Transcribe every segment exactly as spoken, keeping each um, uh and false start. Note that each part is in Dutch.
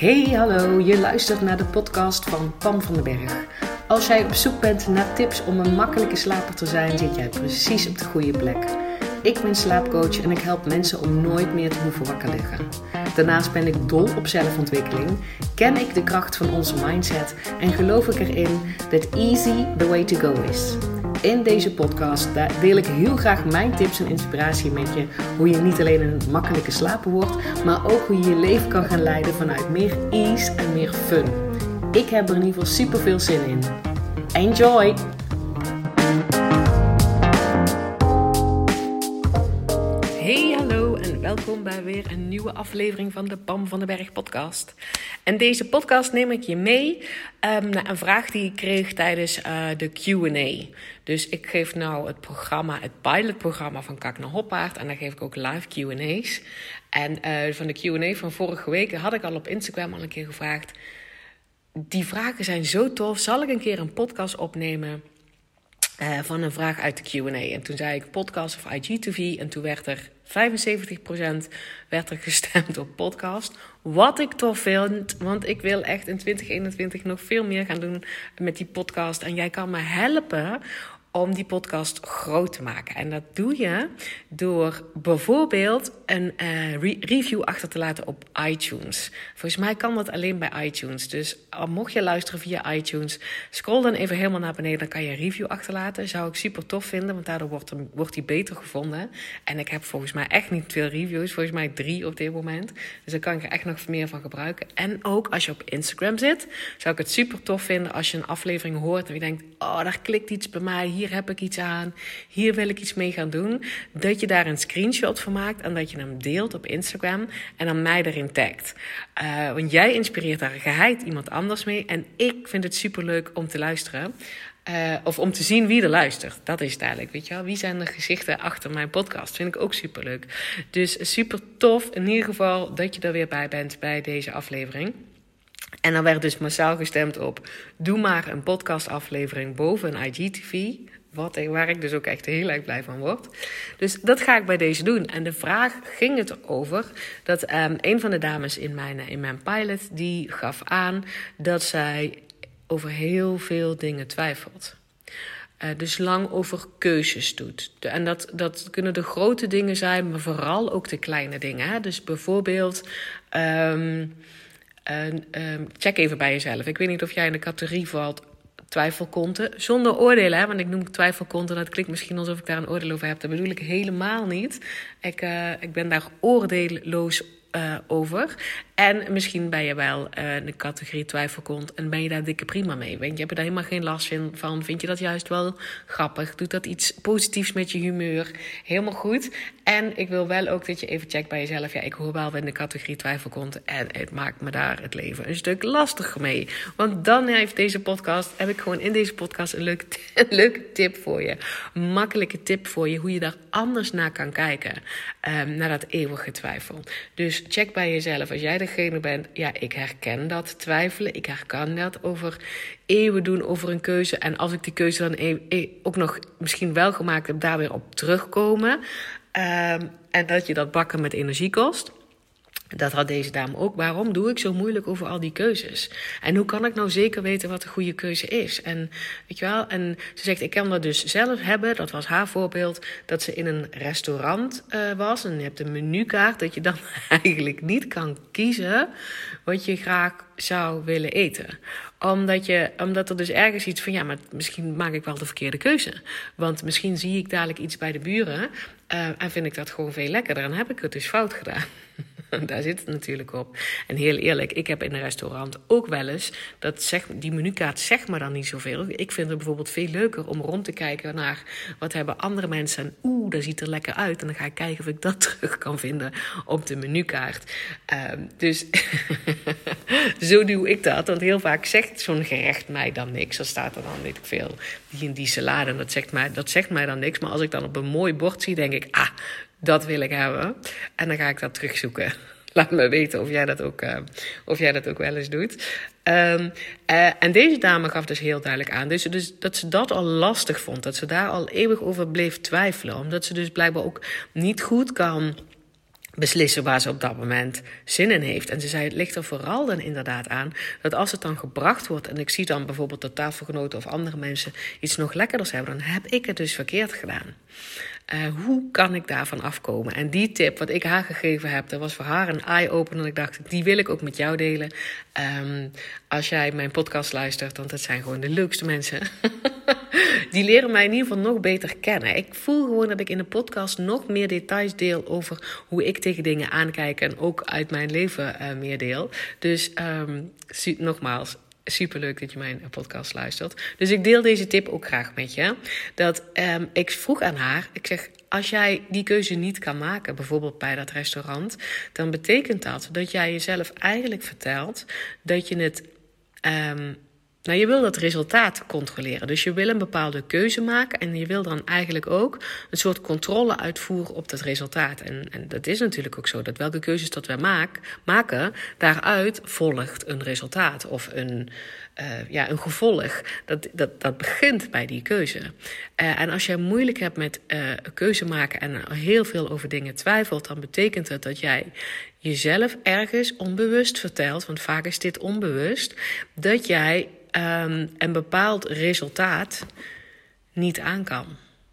Hey, hallo, je luistert naar de podcast van Pam van den Berg. Als jij op zoek bent naar tips om een makkelijke slaper te zijn, zit jij precies op de goede plek. Ik ben slaapcoach en ik help mensen om nooit meer te hoeven wakker liggen. Daarnaast ben ik dol op zelfontwikkeling, ken ik de kracht van onze mindset en geloof ik erin that easy the way to go is. In deze podcast deel ik heel graag mijn tips en inspiratie met je. Hoe je niet alleen een makkelijke slaper wordt, maar ook hoe je je leven kan gaan leiden vanuit meer ease en meer fun. Ik heb er in ieder geval super veel zin in. Enjoy! Hey, hallo en welkom bij weer een nieuwe aflevering van de Pam van den Berg podcast. En deze podcast neem ik je mee um, naar een vraag die ik kreeg tijdens uh, de Q en A. Dus ik geef nou het programma, het pilotprogramma van Kak naar Hoppaard en daar geef ik ook live Q en A's. En uh, van de Q en A van vorige week had ik al op Instagram al een keer gevraagd. Die vragen zijn zo tof, zal ik een keer een podcast opnemen Uh, van een vraag uit de Q en A. En toen zei ik podcast of I G T V. En toen werd er vijfenzeventig procent werd er gestemd op podcast. Wat ik tof vind, want ik wil echt in twintig eenentwintig nog veel meer gaan doen met die podcast. En jij kan me helpen om die podcast groot te maken. En dat doe je door bijvoorbeeld een uh, re- review achter te laten op iTunes. Volgens mij kan dat alleen bij iTunes. Dus al mocht je luisteren via iTunes, scroll dan even helemaal naar beneden. Dan kan je een review achterlaten. Zou ik super tof vinden, want daardoor wordt, hem, wordt die beter gevonden. En ik heb volgens mij echt niet veel reviews. Volgens mij drie op dit moment. Dus daar kan ik er echt nog meer van gebruiken. En ook als je op Instagram zit, zou ik het super tof vinden als je een aflevering hoort en je denkt, oh, daar klikt iets bij mij. Hier heb ik iets aan. Hier wil ik iets mee gaan doen. Dat je daar een screenshot van maakt en dat je hem deelt op Instagram en dan mij erin tagt. Uh, want jij inspireert daar geheid iemand anders mee en ik vind het superleuk om te luisteren. Uh, of om te zien wie er luistert. Dat is het eigenlijk, weet je wel. Wie zijn de gezichten achter mijn podcast? Vind ik ook superleuk. Dus super tof in ieder geval dat je er weer bij bent bij deze aflevering. En dan werd dus massaal gestemd op, doe maar een podcastaflevering boven een I G T V. Wat, waar ik dus ook echt heel erg blij van word. Dus dat ga ik bij deze doen. En de vraag ging het over dat um, een van de dames in mijn, in mijn pilot, die gaf aan dat zij over heel veel dingen twijfelt. Uh, dus lang over keuzes doet. De, en dat, dat kunnen de grote dingen zijn, maar vooral ook de kleine dingen. Hè? Dus bijvoorbeeld, Um, Uh, uh, check even bij jezelf. Ik weet niet of jij in de categorie valt twijfelkonten. Zonder oordelen, hè? Want ik noem twijfelkonten. Dat klinkt misschien alsof ik daar een oordeel over heb. Dat bedoel ik helemaal niet. Ik, uh, ik ben daar oordeelloos uh, over. En misschien ben je wel uh, in de categorie twijfelkont en ben je daar dikke prima mee. Weet je, heb je daar helemaal geen last van. Vind je dat juist wel grappig? Doet dat iets positiefs met je humeur? Helemaal goed. En ik wil wel ook dat je even checkt bij jezelf. Ja, ik hoor wel in de categorie twijfelkont en het maakt me daar het leven een stuk lastiger mee. Want dan heeft deze podcast, heb ik gewoon in deze podcast een leuke, een leuke tip voor je. Een makkelijke tip voor je, hoe je daar anders naar kan kijken. Um, naar dat eeuwige twijfel. Dus check bij jezelf. Als jij degene bent, ja, ik herken dat twijfelen. Ik herken dat over eeuwen doen over een keuze. En als ik die keuze dan e- e- ook nog misschien wel gemaakt heb, daar weer op terugkomen. Um, en dat je dat bakken met energie kost. Dat had deze dame ook. Waarom doe ik zo moeilijk over al die keuzes? En hoe kan ik nou zeker weten wat de goede keuze is? En weet je wel, en ze zegt, ik kan dat dus zelf hebben. Dat was haar voorbeeld, dat ze in een restaurant uh, was. En je hebt een menukaart, dat je dan eigenlijk niet kan kiezen wat je graag zou willen eten. Omdat, je, omdat er dus ergens iets van, ja, maar misschien maak ik wel de verkeerde keuze. Want misschien zie ik dadelijk iets bij de buren uh, en vind ik dat gewoon veel lekkerder. En heb ik het dus fout gedaan. Daar zit het natuurlijk op. En heel eerlijk, ik heb in een restaurant ook wel eens, dat zegt, die menukaart zegt me dan niet zoveel. Ik vind het bijvoorbeeld veel leuker om rond te kijken naar wat hebben andere mensen. En oeh, dat ziet er lekker uit. En dan ga ik kijken of ik dat terug kan vinden op de menukaart. Um, dus zo doe ik dat. Want heel vaak zegt zo'n gerecht mij dan niks. Er staat er dan, weet ik veel, die en die salade. En dat zegt mij, dat zegt mij dan niks. Maar als ik dan op een mooi bord zie, denk ik, ah, dat wil ik hebben. En dan ga ik dat terugzoeken. Laat me weten of jij dat ook, uh, of jij dat ook wel eens doet. Um, uh, en deze dame gaf dus heel duidelijk aan dus, dus dat ze dat al lastig vond. Dat ze daar al eeuwig over bleef twijfelen. Omdat ze dus blijkbaar ook niet goed kan beslissen waar ze op dat moment zin in heeft. En ze zei, het ligt er vooral dan inderdaad aan dat als het dan gebracht wordt en ik zie dan bijvoorbeeld de tafelgenoten of andere mensen iets nog lekkerders hebben, dan heb ik het dus verkeerd gedaan. Uh, hoe kan ik daarvan afkomen? En die tip wat ik haar gegeven heb, dat was voor haar een eye-opener. En ik dacht, die wil ik ook met jou delen. Um, als jij mijn podcast luistert, want dat zijn gewoon de leukste mensen. Die leren mij in ieder geval nog beter kennen. Ik voel gewoon dat ik in de podcast nog meer details deel over hoe ik tegen dingen aankijk en ook uit mijn leven uh, meer deel. Dus um, su- nogmaals, superleuk dat je mijn podcast luistert. Dus ik deel deze tip ook graag met je. Dat um, ik vroeg aan haar, ik zeg, als jij die keuze niet kan maken, bijvoorbeeld bij dat restaurant, dan betekent dat dat jij jezelf eigenlijk vertelt dat je het Um, Nou, je wil dat resultaat controleren. Dus je wil een bepaalde keuze maken en je wil dan eigenlijk ook een soort controle uitvoeren op dat resultaat. En, en dat is natuurlijk ook zo, dat welke keuzes dat wij maak, maken, daaruit volgt een resultaat of een, uh, ja, een gevolg. Dat, dat, dat begint bij die keuze. Uh, en als jij moeilijk hebt met uh, een keuze maken en heel veel over dingen twijfelt, dan betekent het dat jij jezelf ergens onbewust vertelt, want vaak is dit onbewust, dat jij Um, een bepaald resultaat niet aan kan.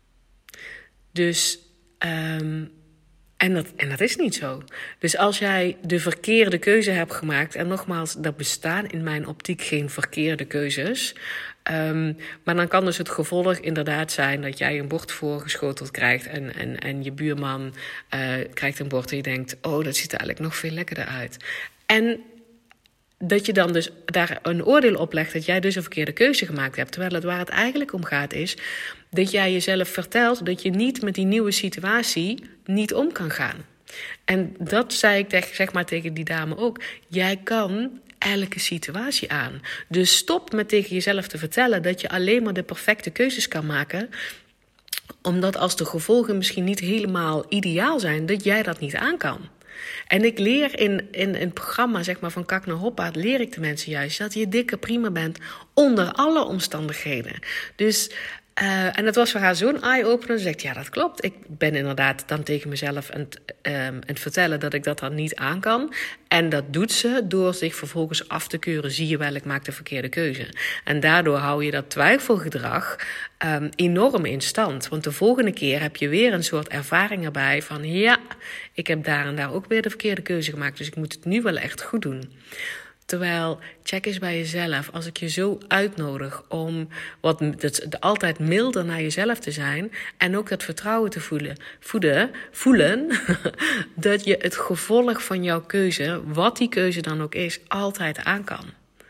Dus, um, en, dat, en dat is niet zo. Dus als jij de verkeerde keuze hebt gemaakt, en nogmaals, er bestaan in mijn optiek geen verkeerde keuzes, Um, maar dan kan dus het gevolg inderdaad zijn dat jij een bord voorgeschoteld krijgt en, en, en je buurman uh, krijgt een bord en je denkt, oh, dat ziet er eigenlijk nog veel lekkerder uit. En dat je dan dus daar een oordeel op legt dat jij dus een verkeerde keuze gemaakt hebt. Terwijl het waar het eigenlijk om gaat is dat jij jezelf vertelt dat je niet met die nieuwe situatie niet om kan gaan. En dat zei ik tegen, zeg maar tegen die dame ook. Jij kan elke situatie aan. Dus stop met tegen jezelf te vertellen dat je alleen maar de perfecte keuzes kan maken, omdat als de gevolgen misschien niet helemaal ideaal zijn, dat jij dat niet aan kan. En ik leer in, in een programma, zeg maar, van Kak naar Hoppaard, leer ik de mensen juist dat je dikke prima bent onder alle omstandigheden. Dus, uh, en dat was voor haar zo'n eye-opener. Ze zegt, ja, dat klopt. Ik ben inderdaad dan tegen mezelf aan het, um, aan het vertellen dat ik dat dan niet aan kan. En dat doet ze door zich vervolgens af te keuren. Zie je wel, ik maak de verkeerde keuze. En daardoor hou je dat twijfelgedrag um, enorm in stand. Want de volgende keer heb je weer een soort ervaring erbij van, ja, ik heb daar en daar ook weer de verkeerde keuze gemaakt. Dus ik moet het nu wel echt goed doen. Terwijl, check eens bij jezelf. Als ik je zo uitnodig om wat, het, altijd milder naar jezelf te zijn en ook dat vertrouwen te voelen, voeden, voelen dat je het gevolg van jouw keuze, wat die keuze dan ook is, altijd aan kan.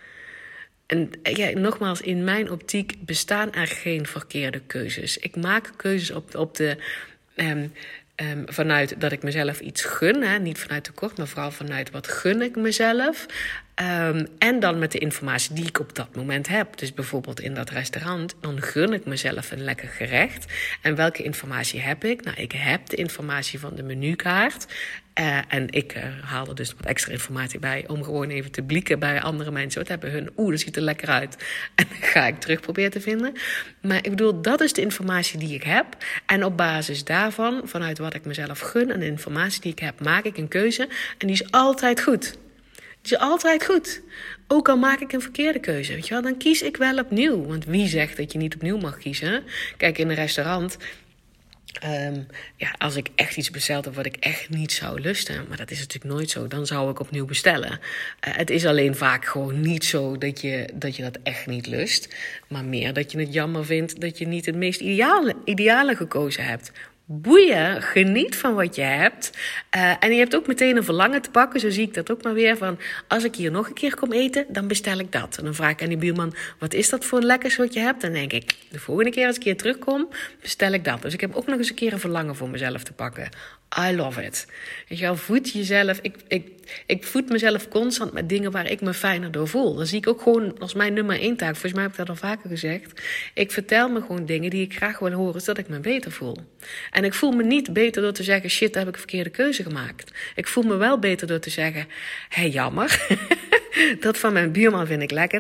En ja, nogmaals, in mijn optiek bestaan er geen verkeerde keuzes. Ik maak keuzes op, op de Um, Um, vanuit dat ik mezelf iets gun, hè? Niet vanuit tekort, maar vooral vanuit wat gun ik mezelf. Um, en dan met de informatie die ik op dat moment heb. Dus bijvoorbeeld in dat restaurant, dan gun ik mezelf een lekker gerecht. En welke informatie heb ik? Nou, ik heb de informatie van de menukaart. Uh, en ik uh, haal er dus wat extra informatie bij om gewoon even te blikken bij andere mensen. Wat hebben hun? Oeh, dat ziet er lekker uit. En dan ga ik terug proberen te vinden. Maar ik bedoel, dat is de informatie die ik heb. En op basis daarvan, vanuit wat ik mezelf gun en de informatie die ik heb, maak ik een keuze. En die is altijd goed. Die is altijd goed. Ook al maak ik een verkeerde keuze, weet je wel, dan kies ik wel opnieuw. Want wie zegt dat je niet opnieuw mag kiezen? Kijk, in een restaurant, Um, ja, als ik echt iets besteld heb wat ik echt niet zou lusten, maar dat is natuurlijk nooit zo, dan zou ik opnieuw bestellen. Uh, het is alleen vaak gewoon niet zo dat je, dat je dat echt niet lust, maar meer dat je het jammer vindt dat je niet het meest ideale, ideale gekozen hebt. Boeien, geniet van wat je hebt. Uh, en je hebt ook meteen een verlangen te pakken. Zo zie ik dat ook maar weer. Van, als ik hier nog een keer kom eten, dan bestel ik dat. En dan vraag ik aan die buurman, wat is dat voor een lekkers wat je hebt? Dan denk ik, de volgende keer als ik hier terugkom, bestel ik dat. Dus ik heb ook nog eens een keer een verlangen voor mezelf te pakken. I love it. Weet je wel, voed jezelf. Ik, ik, ik voed mezelf constant met dingen waar ik me fijner door voel. Dan zie ik ook gewoon als mijn nummer één taak. Volgens mij heb ik dat al vaker gezegd. Ik vertel me gewoon dingen die ik graag wil horen, zodat ik me beter voel. En ik voel me niet beter door te zeggen, shit, daar heb ik een verkeerde keuze gemaakt. Ik voel me wel beter door te zeggen, hé, hey, jammer. Dat van mijn buurman vind ik lekkerder.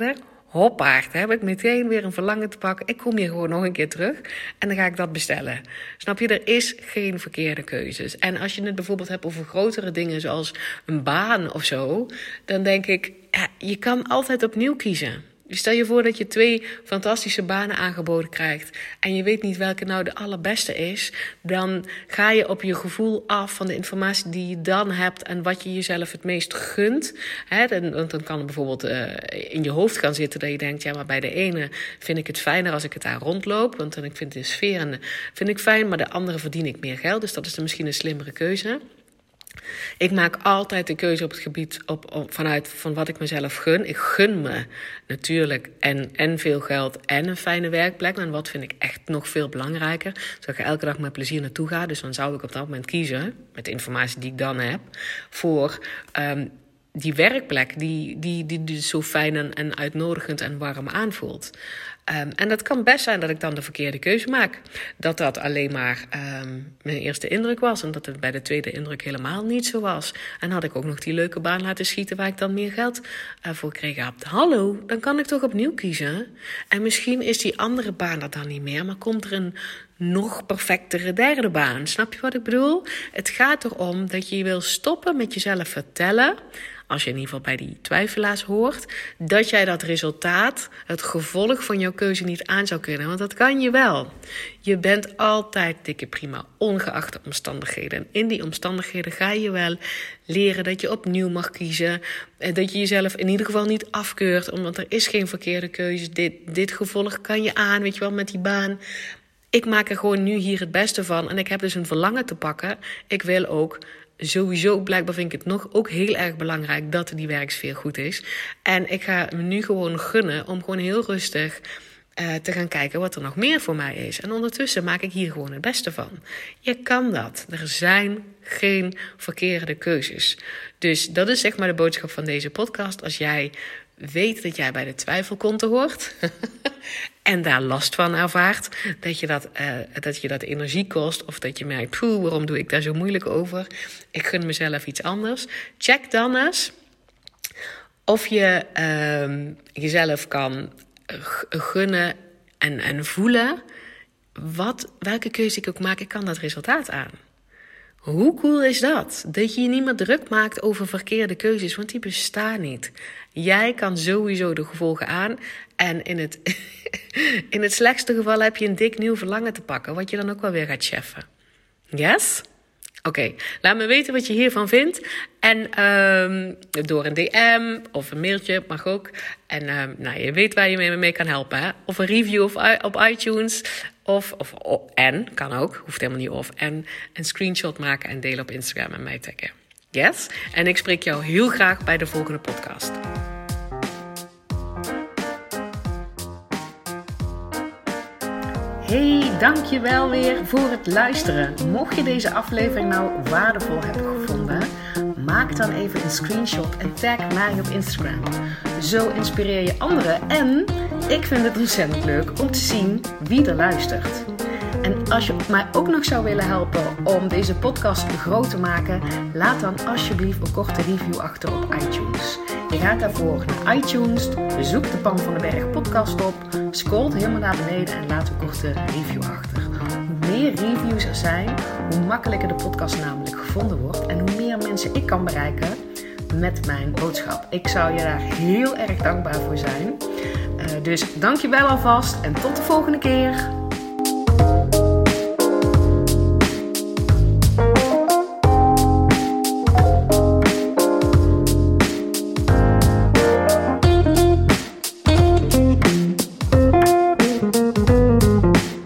hoppaard, heb ik meteen weer een verlangen te pakken. Ik kom hier gewoon nog een keer terug en dan ga ik dat bestellen. Snap je? Er is geen verkeerde keuzes. En als je het bijvoorbeeld hebt over grotere dingen zoals een baan of zo, dan denk ik, ja, je kan altijd opnieuw kiezen. Stel je voor dat je twee fantastische banen aangeboden krijgt en je weet niet welke nou de allerbeste is, dan ga je op je gevoel af van de informatie die je dan hebt en wat je jezelf het meest gunt. He, dan, want dan kan het bijvoorbeeld uh, in je hoofd gaan zitten dat je denkt, ja, maar bij de ene vind ik het fijner als ik het daar rondloop, want dan vind ik de sfeer en vind ik fijn, maar de andere verdien ik meer geld, dus dat is dan misschien een slimmere keuze. Ik maak altijd de keuze op het gebied op, op, vanuit van wat ik mezelf gun. Ik gun me natuurlijk en, en veel geld en een fijne werkplek. En wat vind ik echt nog veel belangrijker. Zodat ik er elke dag met plezier naartoe ga. Dus dan zou ik op dat moment kiezen, met de informatie die ik dan heb, voor um, die werkplek die, die, die, die zo fijn en, en uitnodigend en warm aanvoelt. Um, en dat kan best zijn dat ik dan de verkeerde keuze maak. Dat dat alleen maar um, mijn eerste indruk was. En dat het bij de tweede indruk helemaal niet zo was. En had ik ook nog die leuke baan laten schieten waar ik dan meer geld uh, voor kreeg. Hallo, dan kan ik toch opnieuw kiezen. En misschien is die andere baan dat dan niet meer. Maar komt er een nog perfectere derde baan. Snap je wat ik bedoel? Het gaat erom dat je wil stoppen met jezelf vertellen, als je in ieder geval bij die twijfelaars hoort, dat jij dat resultaat, het gevolg van jouw keuze niet aan zou kunnen. Want dat kan je wel. Je bent altijd dikke prima, ongeacht de omstandigheden. En in die omstandigheden ga je wel leren dat je opnieuw mag kiezen. Dat je jezelf in ieder geval niet afkeurt, omdat er is geen verkeerde keuze. Dit, dit gevolg kan je aan, weet je wel, met die baan. Ik maak er gewoon nu hier het beste van. En ik heb dus een verlangen te pakken. Ik wil ook sowieso, blijkbaar vind ik het nog ook heel erg belangrijk dat die werksfeer goed is. En ik ga me nu gewoon gunnen om gewoon heel rustig uh, te gaan kijken wat er nog meer voor mij is. En ondertussen maak ik hier gewoon het beste van. Je kan dat. Er zijn geen verkeerde keuzes. Dus dat is zeg maar de boodschap van deze podcast. Als jij weet dat jij bij de twijfelkonten hoort en daar last van ervaart, dat je dat, uh, dat je dat energie kost, of dat je merkt, poeh, waarom doe ik daar zo moeilijk over? Ik gun mezelf iets anders. Check dan eens of je uh, jezelf kan gunnen en, en voelen, wat, welke keuze ik ook maak, ik kan dat resultaat aan. Hoe cool is dat? Dat je je niet meer druk maakt over verkeerde keuzes, want die bestaan niet. Jij kan sowieso de gevolgen aan. En in het, in het slechtste geval heb je een dik nieuw verlangen te pakken, wat je dan ook wel weer gaat cheffen. Yes? Oké, okay. Laat me weten wat je hiervan vindt. En um, door een D M of een mailtje, mag ook. En um, nou, je weet waar je me mee kan helpen. Hè? Of een review of, op iTunes. Of, of, of en, kan ook, hoeft helemaal niet of. En een screenshot maken en delen op Instagram en mij taggen. Yes? En ik spreek jou heel graag bij de volgende podcast. Hey, dankjewel weer voor het luisteren. Mocht je deze aflevering nou waardevol hebben gevonden, maak dan even een screenshot en tag mij op Instagram. Zo inspireer je anderen en ik vind het ontzettend leuk om te zien wie er luistert. En als je mij ook nog zou willen helpen om deze podcast groot te maken, laat dan alsjeblieft een korte review achter op iTunes. Je gaat daarvoor naar iTunes, zoek de Pam van den Berg podcast op, scrolt helemaal naar beneden en laat een korte review achter. Hoe meer reviews er zijn, hoe makkelijker de podcast namelijk gevonden wordt en hoe meer mensen ik kan bereiken met mijn boodschap. Ik zou je daar heel erg dankbaar voor zijn. Uh, dus dank je wel alvast en tot de volgende keer.